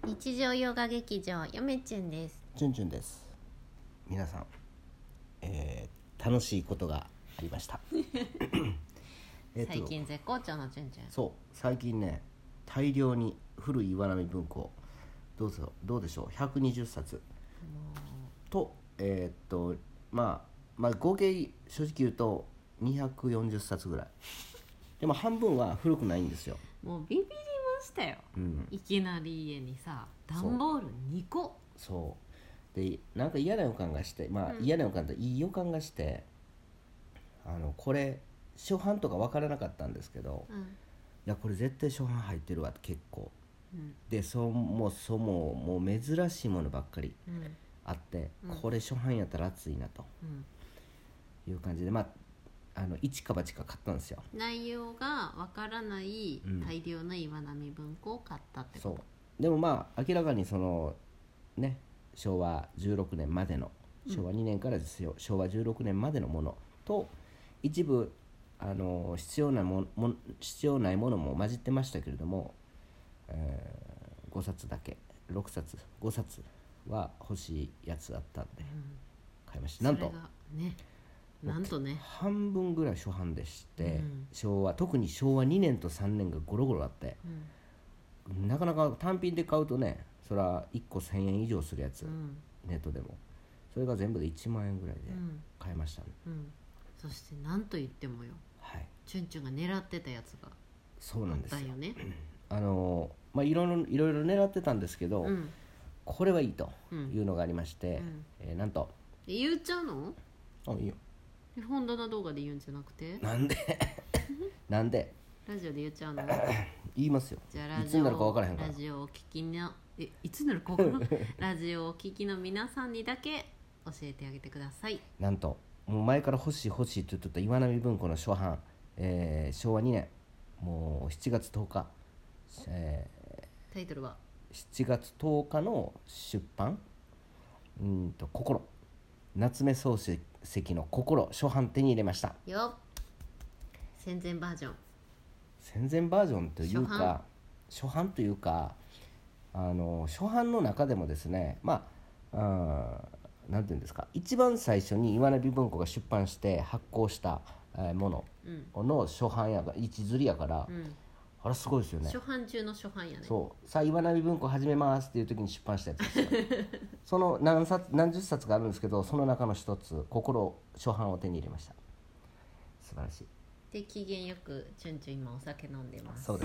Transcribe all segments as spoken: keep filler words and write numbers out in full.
日常ヨガ劇場よめちゅんです。 チュンチュンです。皆さん、えー、楽しいことがありましたえ最近絶好調のチュンチュン。 そう最近ね、大量に古い岩波文庫どうぞどうでしょうひゃくにじゅっさつとえー、っとまあまあ合計正直言うとにひゃくよんじゅっさつぐらいでも半分は古くないんですよ。 もうビビりましたよ、うん、いきなり家にさ段ボールにこ。 そうでなんか嫌な予感がして、まあ、嫌な予感といい予感がして、あのこれ初版とか分からなかったんですけど、うん、いやこれ絶対初版入ってるわって結構、うん、でそもそももう珍しいものばっかりあって、うん、これ初版やったら熱いなと、うん、いう感じでまああの一か八か買ったんですよ。 内容がわからない大量の岩波文庫を買ったってこと、うん、 そうでもまあ明らかにそのねしょうわじゅうろくねんまでのしょうわにねんからですよ、うん、しょうわじゅうろくねんまでのものと一部あの必要なもも必要ないものも混じってましたけれども、えー、ごさつだけろくさつごさつは欲しいやつだったんで買いました、うん、なんとねなんとね半分ぐらい初版でして、うん、昭和特にしょうわにねんとさんねんがゴロゴロあって、うん、なかなか単品で買うとねそれはいっこせんえん以上するやつ、うん、ネットでもそれが全部でいちまんえんぐらいで買いましたね、うんうん、 そしてなんと言ってもよ、はい、チュンチュンが狙ってたやつがそうなんですよあったよね。 あのまあいろいろいろいろ狙ってたんですけど、うん、これはいいというのがありまして、うんうんえー、なんと言っちゃうの？ あいいよ本棚動画で言うんじゃなくてなんでなんでラジオで言っちゃうの？ 言いますよ。 じゃあラジオいつになるか分からへんからラジオを聞きのえいつになるか分からんラジオを聞きの皆さんにだけ教えてあげてください。 なんともう前から欲しい欲しいって言ってた岩波文庫の初版、えー、しょうわにねんもうしちがつとおか、えー、タイトルはしちがつとおかの出版うんと心夏目漱石の心初版手に入れましたよ。戦前バージョン戦前バージョンというか初版というかあの初版の中でもですねまあ、あなんていうんですか一番最初に岩波文庫が出版して発行したものの初版やが一刷りやから、うん、あれすごいですよね。 初版中の初版やね。 そうさあ岩波文庫始めますっていう時に出版したやつですよその何冊何十冊かあるんですけどその中の一つ心初版を手に入れました。素晴らしい。 で機嫌よくチュンチュン今お酒飲んでます。 そうです。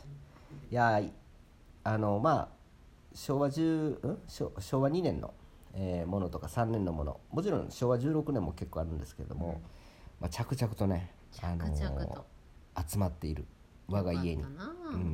いやあのまあ昭和10、うん、昭和にねんの、えー、ものとかさんねんのものもちろん昭和じゅうろくねんも結構あるんですけれども、うんまあ、着々とね着々と、 あのー、集まっている我が家に、うん、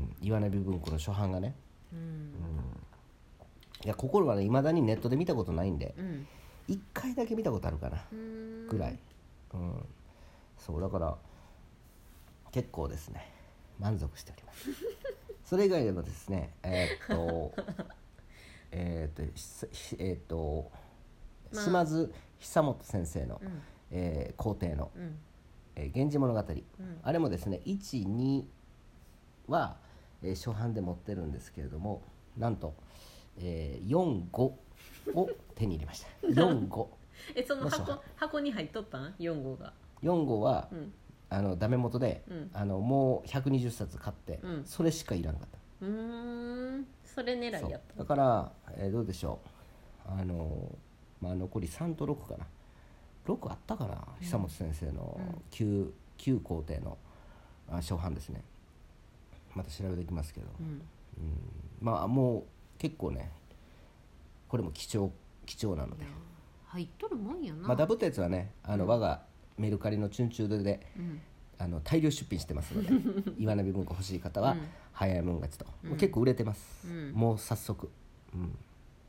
岩波文庫の初版がね、うんうん、いや心はね未だにネットで見たことないんで、うん、いっかいだけ見たことあるかなぐらい、うん、そうだから結構ですね満足しておりますそれ以外でもですねえー、っとえー、っとえー、っと、まあ、島津久本先生の、うんえー、皇帝の、うんえー、源氏物語、うん、あれもですねいち、には、えー、初版で持ってるんですけれどもなんと、えー、よん、ごを手に入れましたよん、ごえその 箱, 箱に入っとったんよん、ごがよん、ごは、うんあのダメ元で、うん、あのもうひゃくにじゅっさつ買って、うん、それしかいらんかった。 うーんそれ狙いやっただから、えー、どうでしょうあの、まあ、残りさんとろくかなろくあったかな、うん、久本先生の 9, 9皇帝の初版ですねまた調べてきますけど、うんうん、まあもう結構ねこれも貴重貴重なので入っとるもんやな、 まあ、ダブったやつはねあの、うん、我がメルカリのチュンチューで、うん、あの大量出品してますので岩波文庫欲しい方は、うん、早いもん勝ちと、うん、もう結構売れてます、うん、もう早速、うん、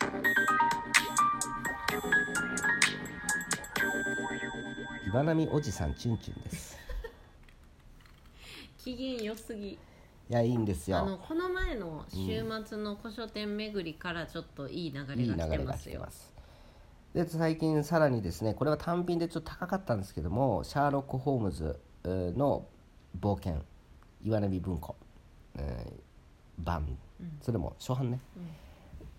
岩波おじさんチュンチュンです機嫌良すぎ。 いやいいんですよ。 あのこの前の週末の古書店巡りからちょっといい流れが来てますよ。いい流れが来てます。 で最近さらにですねこれは単品でちょっと高かったんですけどもシャーロック・ホームズの冒険岩波文庫、えー、版、うん、それも初版ね、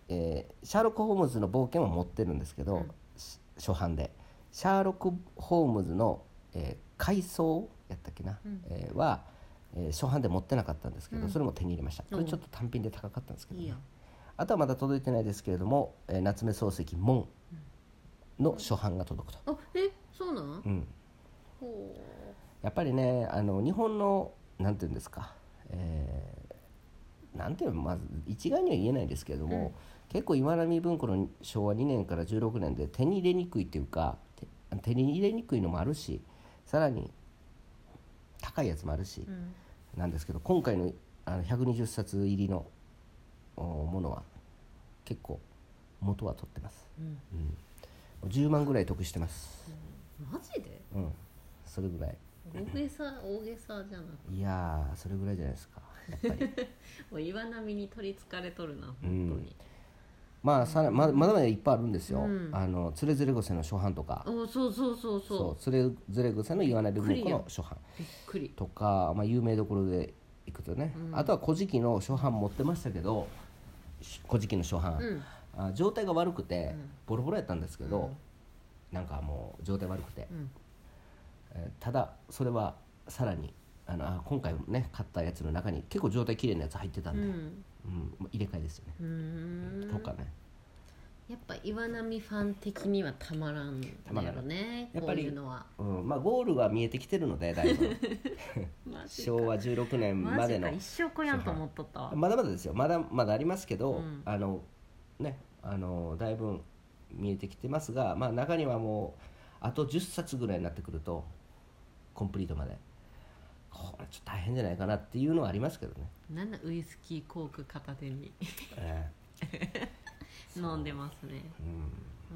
えー、シャーロック・ホームズの冒険は持ってるんですけど、うん、初版でシャーロック・ホームズの、えー、回想やったっけな、うんえー、は、えー、初版で持ってなかったんですけど、うん、それも手に入れました。これちょっと単品で高かったんですけど、ね、いいあとはまだ届いてないですけれども、えー、夏目漱石門の初版が届くと、 うん、あえそうなの、うん、 ほうやっぱりねあの日本のなんていうんですか、えー、なんていうのまず一概には言えないですけれども、うん、結構岩波文庫のしょうわにねんからじゅうろくねんで手に入れにくいっていうか手に入れにくいのもあるしさらに高いやつもあるし、うん、なんですけど今回のあのひゃくにじゅっさつ入りのものは結構元は取ってます、うんうん、じゅうまんぐらい得してます、 うん、マジで？ うんそれぐらい大げさ大げさじゃなくいやーそれぐらいじゃないですかやっぱりもう岩波に取りつかれとるな本当に、うん、 まあさら、ま、まだまだいっぱいあるんですよ、うん、あのつれづれ癖の初版とかおそうそうそうそうつれづれ癖の岩波文庫の初版びっくりとか、まあ、有名どころでいくとね、うん、あとは古事記の初版持ってましたけど古事記の初版、うん、あ状態が悪くて、うん、ボロボロやったんですけど、うん、なんかもう状態悪くて、うんえー、ただそれはさらにあのあ今回ね買ったやつの中に結構状態きれいなやつ入ってたんで、うんうん、入れ替えですよねうんとかねやっぱ岩波ファン的にはたまらんだよねやっぱりこういうのは、 うんまあ、ゴールは見えてきてるのでだいぶしょうわじゅうろくねんまでの一生こやんと思っとったわまだまだですよまだまだありますけど、うん、あのねあのだいぶ見えてきてますが、まあ、中にはもうあとじゅっさつぐらいになってくるとコンプリートまでこれちょっと大変じゃないかなっていうのはありますけどねなんだウイスキーコーク片手に、えー、飲んでますねうん、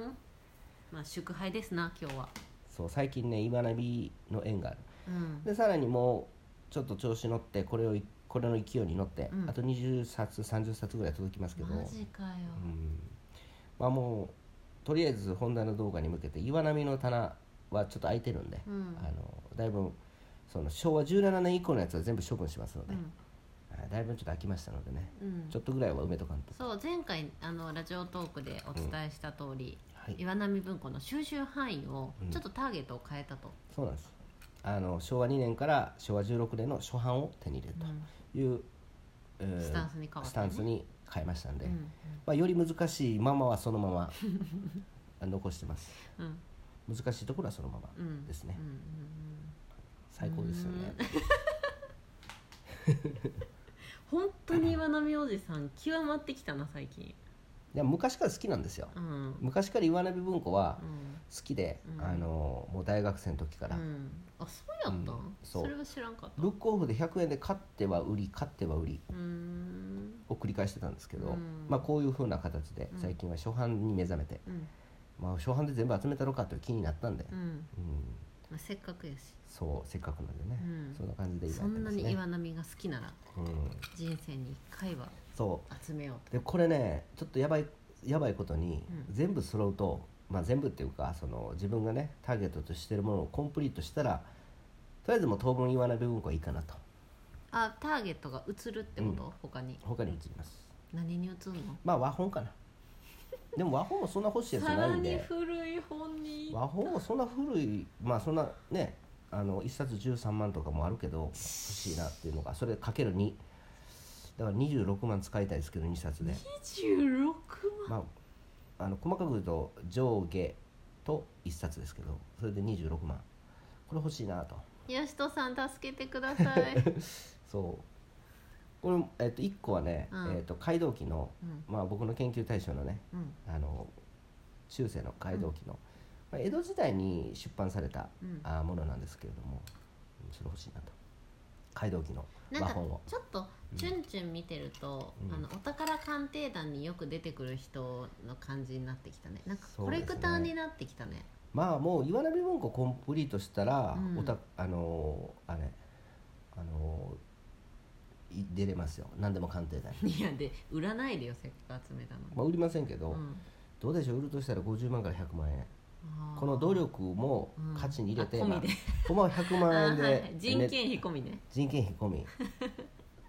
うんまあ祝杯ですな今日はそう最近ね岩波の縁がある、うん、でさらにもうちょっと調子乗ってこれをこれの勢いに乗って、うん、あとにじゅっさつさんじゅっさつぐらい届きますけどマジかよ、 うんまあ、もうとりあえず本題の動画に向けて岩波の棚はちょっと空いてるんで、うん、あのだいぶそのしょうわじゅうななねん以降のやつは全部処分しますので、うん、だいぶちょっと空きましたのでね、うん、ちょっとぐらいは埋めとかんとそう前回あのラジオトークでお伝えした通り、うんはい、岩波文庫の収集範囲をちょっとターゲットを変えたと、 うん、そうなんですあのしょうわにねんからしょうわじゅうろくねんの初版を手に入れるという、うんえー、スタンスに変わった、ね、 スタンスに変えましたんで、うんうんまあ、より難しいままはそのまま残してます、うん難しいところはそのままですね、うんうんうんうん、最高ですよね本当に岩波おじさん極まってきたな最近いや昔から好きなんですよ、うん、昔から岩波文庫は好きで、うん、あのもう大学生の時から、うん、 あそうやったん、うん、そ, それは知らんかったブックオフでひゃくえんで買っては売り買っては売りを繰り返してたんですけど、まあ、こういう風な形で最近は初版に目覚めて、まあ、初版で全部集めたろかという気になったんで、うんうんまあ、せっかくやしそうせっかくなんでね、うん、そんな感じで今やってますねそんなに岩波が好きなら、うん、人生にいっかいは集めようとでこれねちょっとやばいやばいことに、うん、全部揃うと、まあ、全部っていうかその自分がねターゲットとしてるものをコンプリートしたらとりあえずもう当分岩波文庫はいいかなとあターゲットが移るってこと、うん、他に他に移ります何に移るのまあ和本かなでも和本もそんな欲しいやつないんでさらに古い本に和本もそんな古いまあそんなねあのいっさつじゅうさんまんとかもあるけど欲しいなっていうのがそれかけるにだからにじゅうろくまん使いたいですけどにさつでにじゅうろくまん、まあ、あの細かく言うと上下といっさつですけどそれでにじゅうろくまんこれ欲しいなとよしとさん助けてくださいそうこれ、えっと、いっこはね、うんえっと、街道記の、うんまあ、僕の研究対象のね、うん、あの中世の街道記の、うんまあ、江戸時代に出版された、うん、あものなんですけれどもそれ欲しいなと街道記の和本をちょっとチュンチュン見てると、うん、あのお宝鑑定団によく出てくる人の感じになってきたねなんかコレクターになってきた ね, ねまあもう岩波文庫コンプリートしたら、うん、おたあのあれあの出れますよ何でも鑑定団いやで売らないでよせっかく集めたの、 まあ、売りませんけど、うん、どうでしょう売るとしたらごじゅうまんからひゃくまんえんこの努力も価値に入れて、うん、まあ、ほんまはひゃくまんえんで、 はい、人件費込みね人件費込み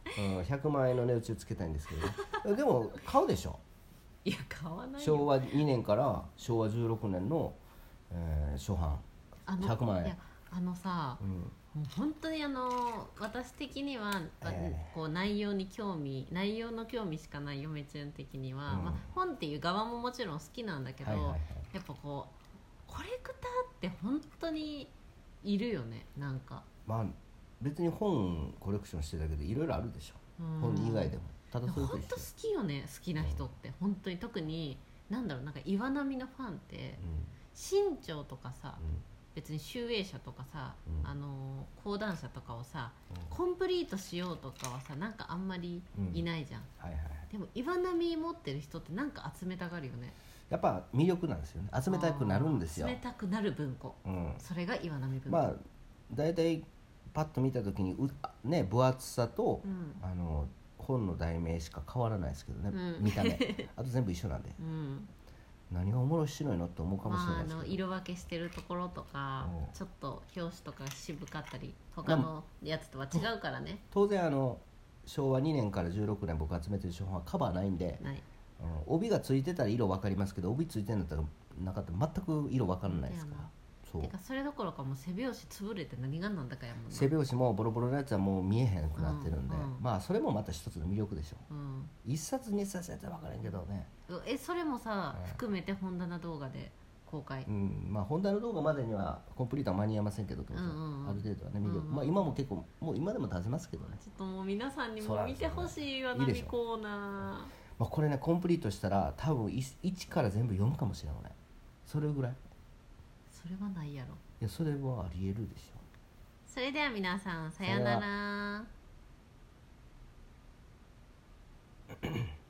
うん、ひゃくまんえんの値打ちをつけたいんですけどねでも買うでしょ。 いや買わないよ。 昭和にねんから昭和じゅうろくねんの、えー、初版あのひゃくまんえん。 いやあのさ、うん、もう本当にあの私的には、えー、こう内容に興味内容の興味しかない嫁ちゃん的には、うんまあ、本っていう側ももちろん好きなんだけど、はいはいはい、やっぱこうコレクターって本当にいるよね。なんかまあ別に本コレクションしてるだけでいろいろあるでしょ、うん、本以外でも。ただそれと一緒。 本当好きよね好きな人って、うん、本当に特になんだろうなんか岩波のファンって、うん、身長とかさ、うん別に集英社とかさ、うん、あの講談社とかをさ、うん、コンプリートしようとかはさなんかあんまりいないじゃん、うんはいはい、でも岩波持ってる人ってなんか集めたがるよね。 やっぱ魅力なんですよね。集めたくなるんですよ。 集めたくなる文庫、うん、それが岩波文庫。 まあだいたいパッと見た時にう、ね、分厚さと、うん、あの本の題名しか変わらないですけどね、うん、見た目あと全部一緒なんで、うん何がおもろいしろいのって思うかもしれないですけど、まあ、あの色分けしてるところとか、うん、ちょっと表紙とか渋かったり他のやつとは違うからね。 当然あの昭和にねんからじゅうろくねん僕集めてる書本はカバーないんで、ない、うん、帯がついてたら色分かりますけど帯ついてるんだったらなかったら全く色分からないですから。 そうてかそれどころかもう背表紙潰れて何がなんだかやもんな。 背表紙もボロボロのやつはもう見えへんくなってるんで、うんうん、まあそれもまた一つの魅力でしょ、うん、一冊二冊やったら分からんけどね。 えそれもさ、うん、含めて本棚動画で公開、 うんまあ、本棚動画までにはコンプリートは間に合いませんけど、うんうんうん、ある程度はね魅力、うんうんまあ、今も結構もう今でも出せますけどね。 ちょっともう皆さんにも見てほしいわなみコーナー。まあ、これねコンプリートしたら多分一から全部読むかもしれない。それぐらい。 それはないやろ。 いやそれはありえるでしょ。 それでは皆さんさよなら。